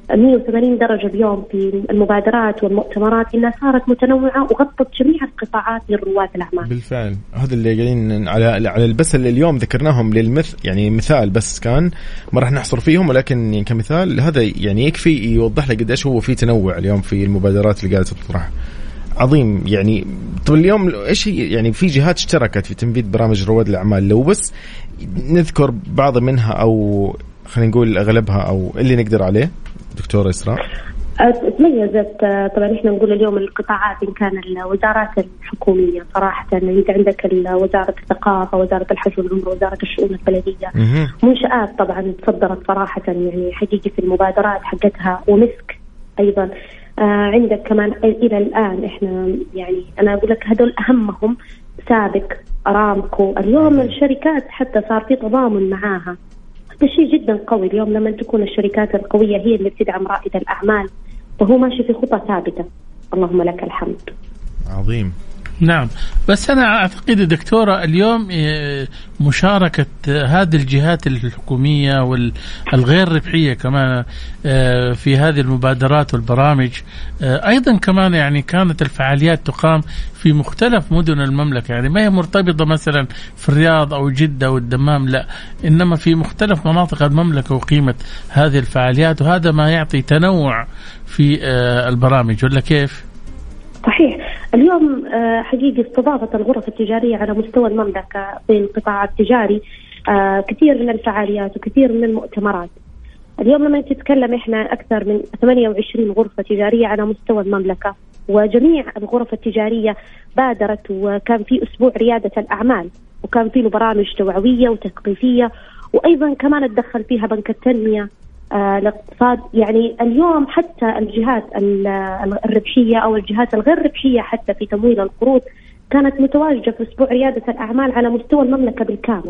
180 درجة اليوم في المبادرات والمؤتمرات، إنها صارت متنوعة وغطت جميع القطاعات لرواد الأعمال. بالفعل هذا اللي قاعدين على بس اللي اليوم ذكرناهم يعني مثال بس كان، ما راح نحصر فيهم، ولكن يعني كمثال هذا يعني يكفي يوضح لك قديش هو في تنوع اليوم في المبادرات اللي قاعدة تطرح. عظيم. يعني طب اليوم ايش يعني في جهات اشتركت في تنفيذ برامج رواد الأعمال، لو بس نذكر بعض منها أو خلينا نقول أغلبها أو اللي نقدر عليه دكتورة إسراء. تميزت طبعا احنا نقول اليوم القطاعات إن كان الوزارات الحكومية صراحة، انت عندك وزارة الثقافة، وزارة الحج والعمرة، وزارة الشؤون البلدية، منشآت طبعا تصدرت صراحة يعني حقيقي في المبادرات حقتها، ومسك أيضا. عندك كمان إلى الآن إحنا يعني أنا أقول لك هذول أهمهم سابق، أرامكو. اليوم الشركات حتى صار في تضامن معاها، هذا شيء جدا قوي. اليوم لما تكون الشركات القوية هي اللي بتدعم رائد الأعمال، وهو ماشي في خطة ثابتة، اللهم لك الحمد. عظيم. نعم، بس أنا أعتقد دكتورة اليوم مشاركة هذه الجهات الحكومية والغير ربحية كمان في هذه المبادرات والبرامج، أيضا كمان يعني كانت الفعاليات تقام في مختلف مدن المملكة، يعني ما هي مرتبطة مثلا في الرياض أو جدة والدمام، لا، إنما في مختلف مناطق المملكة وقيمة هذه الفعاليات، وهذا ما يعطي تنوع في البرامج، ولا كيف؟ صحيح. اليوم حقيقي استضافت الغرف التجارية على مستوى المملكة في القطاع التجاري كثير من الفعاليات وكثير من المؤتمرات. اليوم لما تتكلم إحنا أكثر من 28 غرفة تجارية على مستوى المملكة، وجميع الغرف التجارية بادرت، وكان في أسبوع ريادة الأعمال، وكان في له برامج توعوية وتثقيفية، وأيضا كمان تدخل فيها بنك التنمية الاقتصاد. يعني اليوم حتى الجهات الربحية أو الجهات الغير ربحية حتى في تمويل القروض كانت متواجدة في أسبوع ريادة الأعمال على مستوى المملكة بالكامل،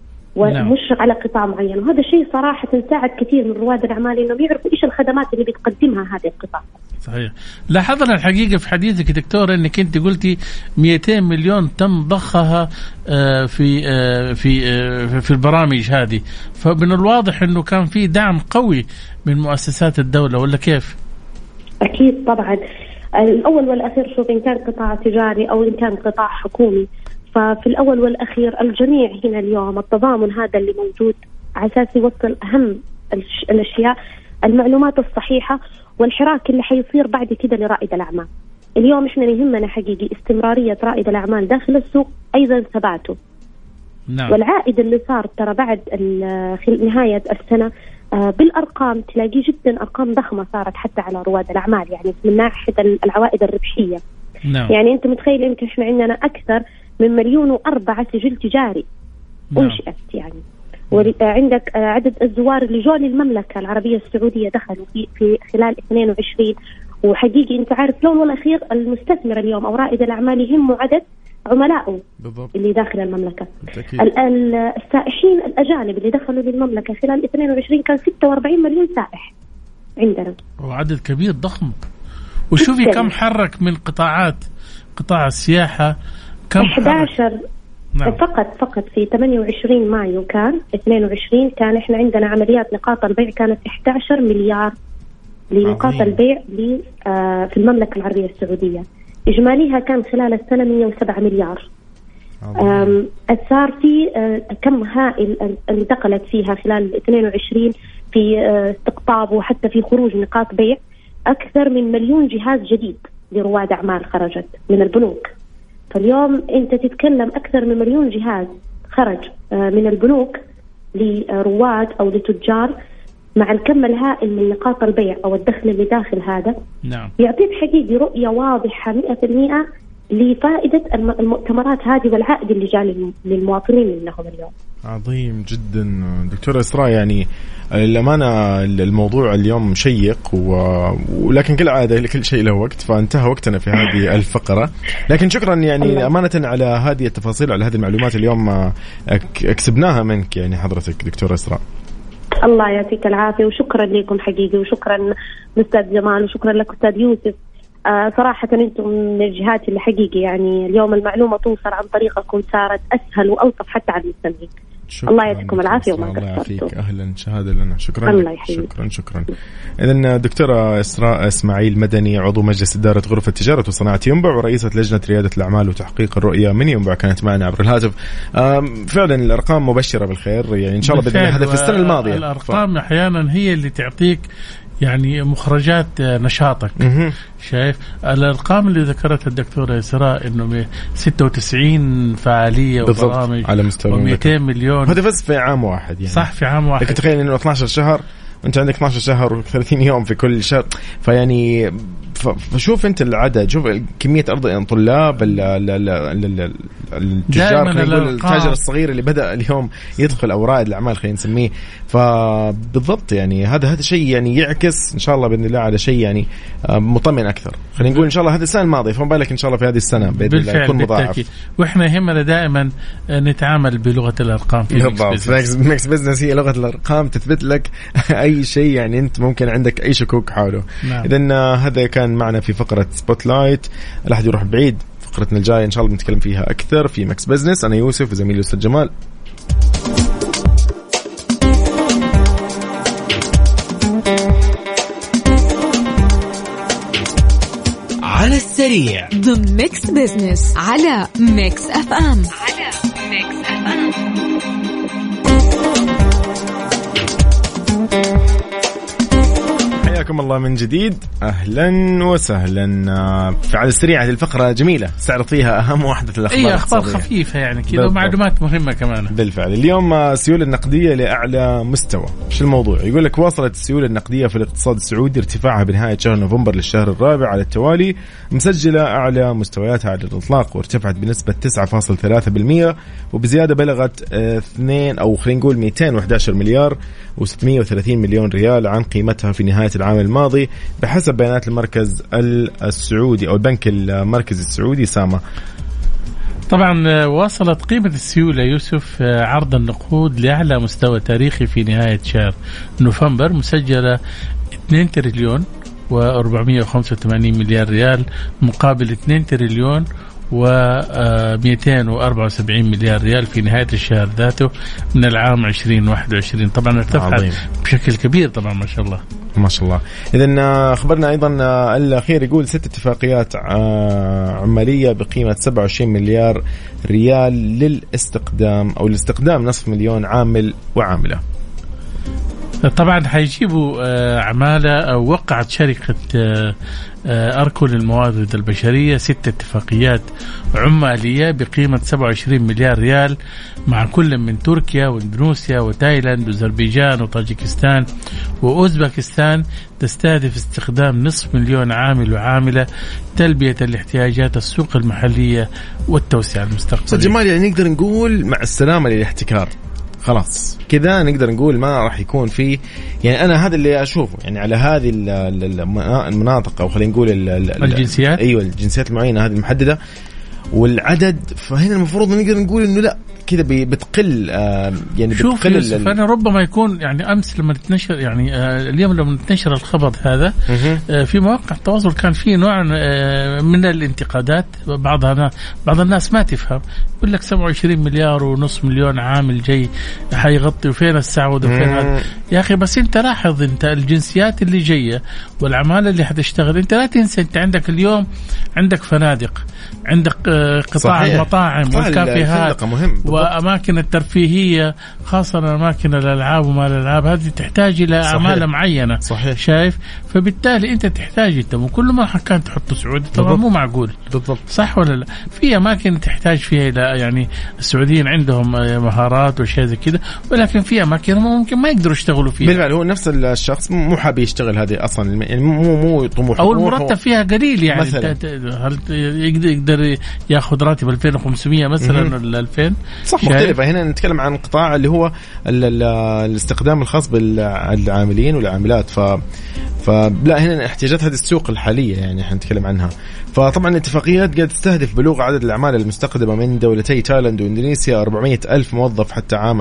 ومش على قطاع معين. وهذا شيء صراحة ساعد كثير من رواد الأعمال إنهم يعرفوا إيش الخدمات اللي بتقدمها هذه القطاع. صحيح. لاحظنا الحقيقة في حديثك دكتورة إنك أنت قلتي 200 مليون تم ضخها في البرامج هذه، فمن الواضح إنه كان في دعم قوي من مؤسسات الدولة، ولا كيف؟ أكيد طبعا. الأول والأخير شوف، إن كان قطاع تجاري أو إن كان قطاع حكومي، ففي الأول والأخير الجميع هنا اليوم التضامن هذا اللي موجود على أساس يوصل أهم الأشياء، المعلومات الصحيحة، والحراك اللي حيصير بعد كده لرائد الأعمال. اليوم إحنا يهمنا حقيقي استمرارية رائد الأعمال داخل السوق، أيضا ثباته. نعم. والعائد اللي صار ترى بعد نهاية السنة بالأرقام تلاقيه جدا أرقام ضخمة صارت حتى على رواد الأعمال، يعني من ناحية العوائد الربحية. نعم. يعني أنت متخيل يمكن إحنا عندنا أكثر من 1,004,000 سجل تجاري أنشئت يعني. وعندك عدد الزوار اللي جو للمملكة العربية السعودية دخلوا في خلال 22. وحقيقي أنت عارف لون والأخير المستثمر اليوم أو رائد الأعمال يهمه عدد عملائه اللي داخل المملكة. السائحين الأجانب اللي دخلوا للمملكة خلال 22 كان 46 مليون سائح عندنا، وعدد كبير ضخم. وشوفي كم حرك من قطاع السياحة، كم 11. نعم. فقط في 28 مايو كان 22 كان احنا عندنا عمليات نقاط البيع كانت 11 مليار لنقاط البيع في المملكة العربية السعودية. إجماليها كان خلال السنة 107 مليار. صار في كم هائل انتقلت فيها خلال 22 في استقطاب وحتى في خروج نقاط بيع. أكثر من 1,000,000 جهاز جديد لرواد أعمال خرجت من البنوك. فاليوم أنت تتكلم أكثر من 1,000,000 جهاز خرج من البنوك لرواد أو لتجار، مع الكم الهائل من نقاط البيع أو الدخل اللي داخل هذا. نعم. يعطيك حقيقي رؤية واضحة 100% لفائدة المؤتمرات هذه والعائد اللي جاء للمواطنين منهم اليوم. عظيم جدا دكتورة إسراء. يعني الأمانة الموضوع اليوم شيق ولكن كالعادة كل شيء له وقت، فانتهى وقتنا في هذه الفقرة. لكن شكرا يعني أمانة على هذه التفاصيل وعلى هذه المعلومات اليوم اكسبناها منك يعني حضرتك دكتورة إسراء. الله يعطيك العافية، وشكرا لكم حقيقي، وشكرا أستاذ جمال، وشكرا لك أستاذ يوسف. صراحة أنتم من الجهات اللي حقيقي يعني اليوم المعلومة توصل عن طريقكم صارت أسهل وألطف حتى على المستمعين. الله يعطيكم العافية وما الله يعافيك. قصرتوا. أهلا، شهادة لنا. شكرا. الله يحييك. شكرا. إذن دكتورة إسراء إسماعيل مدني، عضو مجلس إدارة غرفة تجارة وصناعة ينبع ورئيسة لجنة ريادة الأعمال وتحقيق الرؤية من ينبع، كانت معنا عبر الهاتف. فعلا الأرقام مبشرة بالخير، يعني إن شاء الله بإذن الله. هذا في السنة الماضية. الأرقام أحيانا هي اللي تعطيك يعني مخرجات نشاطك. شايف الأرقام اللي ذكرتها الدكتورة إسراء إنه 96 فعالية وبرامج على مستوى 200 مليون، هذا بس في عام واحد يعني. صح، في عام واحد. لكن تخيل إنه 12 شهر، أنت عندك 12 شهر و30 يوم في كل شهر، فيعني فشوف أنت العدد، شوف كمية طلاب التجار، التاجر الصغير اللي بدأ اليوم يدخل أو رائد الأعمال خلينا نسميه. فبالضبط يعني هذا شيء يعني يعكس إن شاء الله بإذن الله على شيء يعني مطمئن أكثر. خلينا نقول إن شاء الله هذه السنة الماضية، فما بالك إن شاء الله في هذه السنة بإذن الله يكون مضاعف. وإحنا يهمنا دائما نتعامل بلغة الأرقام في ميكس بزنس. هي لغة الأرقام تثبت لك أي شيء يعني أنت ممكن عندك أي شكوك حوله. نعم. إذن هذا كان معنا في فقرة سبوت لايت. لا أحد يروح بعيد، فقرتنا الجاية إن شاء الله بنتكلم فيها أكثر في ميكس بزنس. أنا يوسف وزميلي أستاذ جمال. على السريع ضمن ميكس بزنس على ميكس اف ام. حياكم الله من جديد، أهلا وسهلا. على السريع هذه الفقرة جميلة استعرض فيها أهم واحدة الأخبار. أخبار خفيفة يعني كذا ومعلومات مهمة كمان. بالفعل اليوم السيولة النقدية لأعلى مستوى. شو الموضوع؟ يقول لك واصلت السيولة النقدية في الاقتصاد السعودي ارتفاعها بنهاية شهر نوفمبر للشهر الرابع على التوالي، مسجلة أعلى مستوياتها على الإطلاق، وارتفعت بنسبة 9.3% وبزيادة بلغت 211 مليار و630 مليون ريال عن قيمتها في نهاية العام الماضي بحسب بيانات المركز السعودي أو البنك المركزي السعودي ساما. طبعا وصلت قيمة السيولة يوسف عرض النقود لأعلى مستوى تاريخي في نهاية شهر نوفمبر، مسجلة 2 تريليون و485 مليار ريال مقابل 2 تريليون و274 مليار ريال في نهاية الشهر ذاته من العام 2021. طبعا ارتفعت بشكل كبير طبعا ما شاء الله. ما شاء الله. إذن أخبرنا أيضا الأخير يقول 6 اتفاقيات عمالية بقيمة 27 مليار ريال للاستقدام أو الاستقدام نصف مليون عامل وعاملة. طبعا حيجيبوا عمالة أو وقعت شركة أركو للموارد البشرية 6 اتفاقيات عمالية بقيمة 27 مليار ريال مع كل من تركيا واندونيسيا وتايلاند وأذربيجان وطاجيكستان وأوزبكستان، تستهدف استخدام نصف مليون عامل وعاملة تلبية الاحتياجات السوق المحلية والتوسعة المستقبلية. جمال يعني نقدر نقول مع السلامة للاحتكار، خلاص كذا نقدر نقول ما راح يكون في، يعني أنا هذا اللي أشوفه يعني على هذه المناطق أو خلينا نقول الجنسيات. أيوة الجنسيات المعينة هذه المحددة والعدد، فهنا المفروض نقدر نقول إنه لا كذا بتقل يعني شوف يوسف أنا ربما يكون يعني أمس لما تنشر يعني اليوم لما تنشر الخبر هذا في مواقع التواصل كان في نوع من الانتقادات. بعض الناس ما تفهم، يقول لك 27 مليار ونص مليون عامل جاي حيغطي وفين السعود وفين هذا. يا أخي بس أنت لاحظ أنت الجنسيات اللي جاية والعمالة اللي حتشتغل، أنت لا تنسى أنت عندك اليوم عندك فنادق، عندك قطاع المطاعم والكافيهات وأماكن الترفيهية خاصة أماكن الألعاب وما الألعاب، هذه تحتاج إلى عمالة معينة. صحيح. شايف؟ فبالتالي أنت تحتاج وكل ما كان تحط سعودي طبعا مو معقول. بالضبط. صح ولا لا؟ في أماكن تحتاج فيها إلى يعني السعوديين عندهم مهارات وشيء زي كده، ولكن في أماكن ممكن ما يقدروا يشتغلوا فيها. بالفعل هو نفس الشخص مو حابب يشتغل هذه أصلا، يعني مو طموح أو المرتب فيها قليل يعني مثلاً. هل يقدر يأخذ راتب 2500 مثلا ولا 2000؟ صح مختلفة. هنا نتكلم عن قطاع اللي هو الاستخدام الخاص بالعاملين والعاملات، فلا هنا احتياجات هذه السوق الحالية يعني حنتكلم عنها. فطبعا الاتفاقيات قد تستهدف بلوغ عدد الأعمال المستقدمة من دولتي تايلاند وإندونيسيا 400,000 موظف حتى عام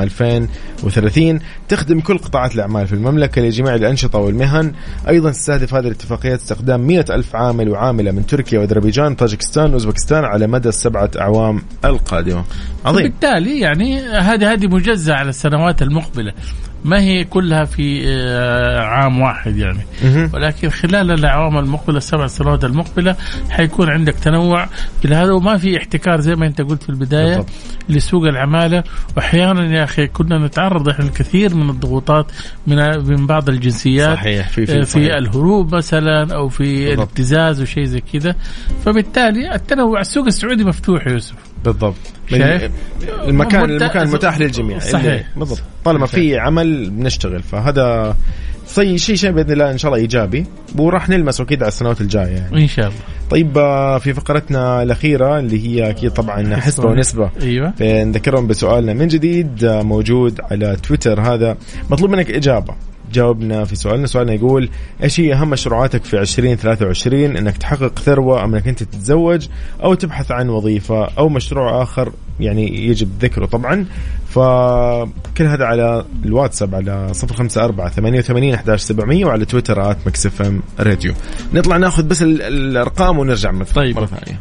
2030 تخدم كل قطاعات الأعمال في المملكة لجميع الأنشطة والمهن. أيضا تستهدف هذه الاتفاقيات استخدام 100,000 عامل وعاملة من تركيا وأذربيجان وطاجيكستان وأوزبكستان على مدى 7 أعوام القادمة. عظيم. بالتالي فبالتالي يعني هذه مجزأة على السنوات المقبلة، ما هي كلها في عام واحد يعني، ولكن خلال الأعوام المقبلة 7 سنوات المقبلة حيكون عندك تنوع في هذا، وما في احتكار زي ما أنت قلت في البداية بالضبط لسوق العمالة. وأحيانا يا أخي كنا نتعرض إحنا الكثير من الضغوطات من بعض الجنسيات صحيح في الهروب مثلا أو في بالضبط الابتزاز وشيء زي كذا. فبالتالي التنوع السوق السعودي مفتوح يوسف بالضبط، المكان متاح للجميع صحيح بالضبط، طالما في عمل بنشتغل. فهذا شيء بإذن الله إن شاء الله إيجابي، وراح نلمسه كده على السنوات الجاية يعني. إن شاء الله. طيب في فقرتنا الأخيرة اللي هي أكيد طبعا حسبة ونسبة، أيوة نذكرهم بسؤالنا من جديد موجود على تويتر، هذا مطلوب منك إجابة. جاوبنا في سؤالنا يقول ايش هي اهم مشروعاتك في 2023؟ انك تحقق ثروة، ام انك انت تتزوج، او تبحث عن وظيفة، او مشروع اخر يعني يجب ذكره طبعا. فكل هذا على الواتساب على 0548811700 وعلى تويتر @mixfmradio. نطلع ناخذ بس الارقام ونرجع طيب مرة ثانية.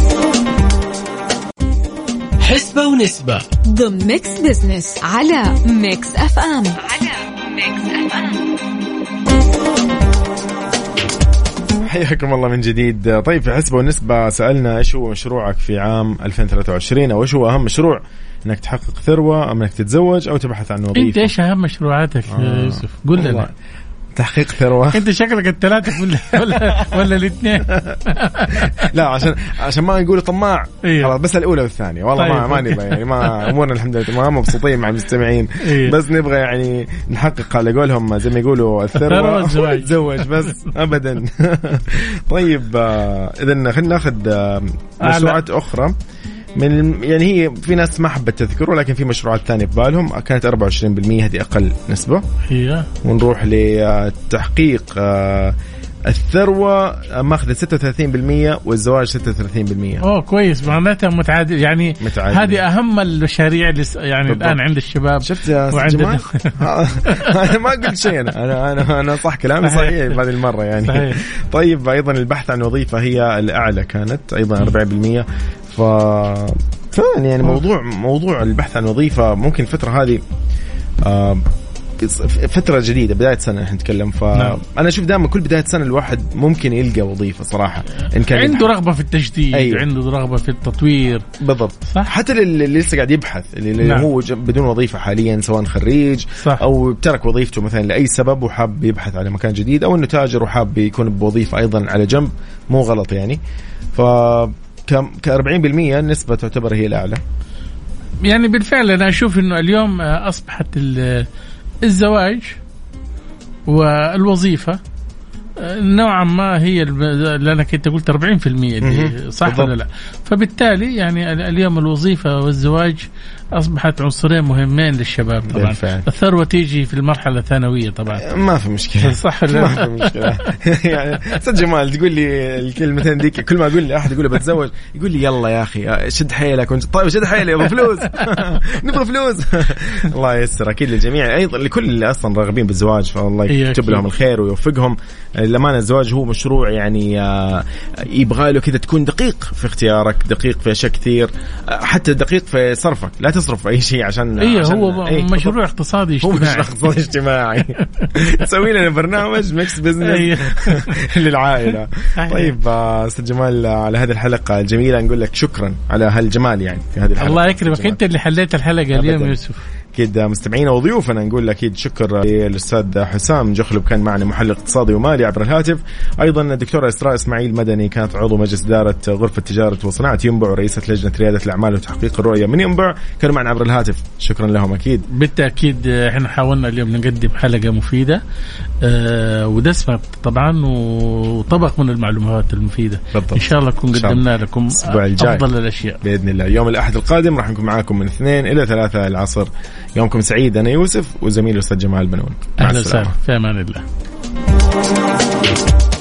حسبة ونسبة ضمن ميكس بزنس على ميكس اف ام. حياكم الله من جديد. طيب في حسبة ونسبة سألنا ايش هو مشروعك في عام 2023، او ايش هو اهم مشروع، انك تحقق ثروة، ام انك تتزوج، او تبحث عن وظيفة. انت ايش اهم مشروعاتك يا يوسف؟ قل لنا. تحقيق ثروة. انت شكلك الثلاثة ولا الاثنين. لا عشان ما يقولوا طماع. خلاص بس الأولى والثانية والله. طيب. ما نبغى يعني، ما أمورنا الحمد لله ما مبسوطين مع المستمعين. بس نبغى يعني نحقق على قولهم زي ما يقولوا الثروة والزواج بس أبدا. طيب إذن خلينا ناخذ مشروعات أخرى من يعني هي في ناس ما حبت تذكر، ولكن في مشروعات ثانية في بالهم كانت 24%، هذه أقل نسبة. ونروح لتحقيق الثروة ماخذ 36% والزواج 36%. كويس، معناتها متعادل يعني. هذه أهم المشاريع يعني بالضبط. الآن عند الشباب. شفت يا جماعة؟ أنا ما قلت شيء، أنا صح كلامي صحيح هذه المرة يعني صحيح. طيب أيضا البحث عن وظيفة هي الأعلى، كانت أيضا 40%. يعني موضوع البحث عن وظيفة ممكن الفترة هذه فترة جديدة، بداية سنة نحن نتكلم. فأنا أشوف دائما كل بداية سنة الواحد ممكن يلقى وظيفة صراحة، إن كان عنده رغبة في التجديد. أيوه. عنده رغبة في التطوير بالضبط صح. حتى اللي لسه قاعد يبحث، اللي هو بدون وظيفة حاليا، سواء خريج صح. أو ترك وظيفته مثلا لأي سبب وحاب يبحث على مكان جديد، أو إنه تاجر وحاب يكون بوظيفة أيضا على جنب، مو غلط يعني. ك40% النسبة تعتبر هي الأعلى يعني. بالفعل أنا أشوف إنه اليوم أصبحت الزواج والوظيفة نوعا ما هي اللي أنا كنت قلت 40% دي صح بالضبط. ولا لا؟ فبالتالي يعني اليوم الوظيفة والزواج أصبحت عنصرين مهمين للشباب طبعا بالفعل. الثروة تيجي في المرحلة الثانوية طبعا، ما في مشكلة صح ولا ما في مشكلة. يعني صدق جمال تقول لي الكلمتين ديك، كل ما أقول لي أحد يقول له بتزوج يقول لي يلا يا أخي شد حيلك. طيب شد حيلي أبو فلوس. نبغى فلوس. الله يسر أكيد للجميع، أيضا لكل اللي أصلا راغبين بالزواج، فالله يكتب لهم الخير ويوفقهم. للأمانة الزواج هو مشروع يعني يبغى له كذا تكون دقيق في اختيارك، دقيق في أشياء كثير، حتى دقيق في صرفك، لا تصرف أي شيء عشان هو مشروع اقتصادي اجتماعي. هو مشروع اقتصادي اجتماعي. تسوي لنا برنامج ميكس بزنس للعائلة. طيب أستاذ جمال على هذه الحلقة الجميلة نقول لك شكرا على هالجمال يعني في هذه الحلقة. الله يكرمك، أنت اللي حليت الحلقة اليوم يوسف. أكيد مستمعينا وضيوفنا نقول أكيد شكر للأستاذ حسام جخلب، كان معنا محلل اقتصادي ومالي عبر الهاتف. أيضا الدكتورة إسراء إسماعيل مدني كانت عضو مجلس إدارة غرفة تجارة وصناعة ينبع ورئيسة لجنة ريادة الأعمال وتحقيق الرؤية من ينبع، كانوا معنا عبر الهاتف. شكرا لهم. أكيد بالتأكيد إحنا حاولنا اليوم نقدم حلقة مفيدة ودسمة طبعا وطبق من المعلومات المفيدة بالضبط. إن شاء الله نكون قدمنا لكم أفضل الأشياء بإذن الله. يوم الأحد القادم راح نكون معاكم من 2 إلى 3 العصر. يومكم سعيد. أنا يوسف وزميلي الأستاذ جمال بنون. أهلا وسهلا، في أمان الله.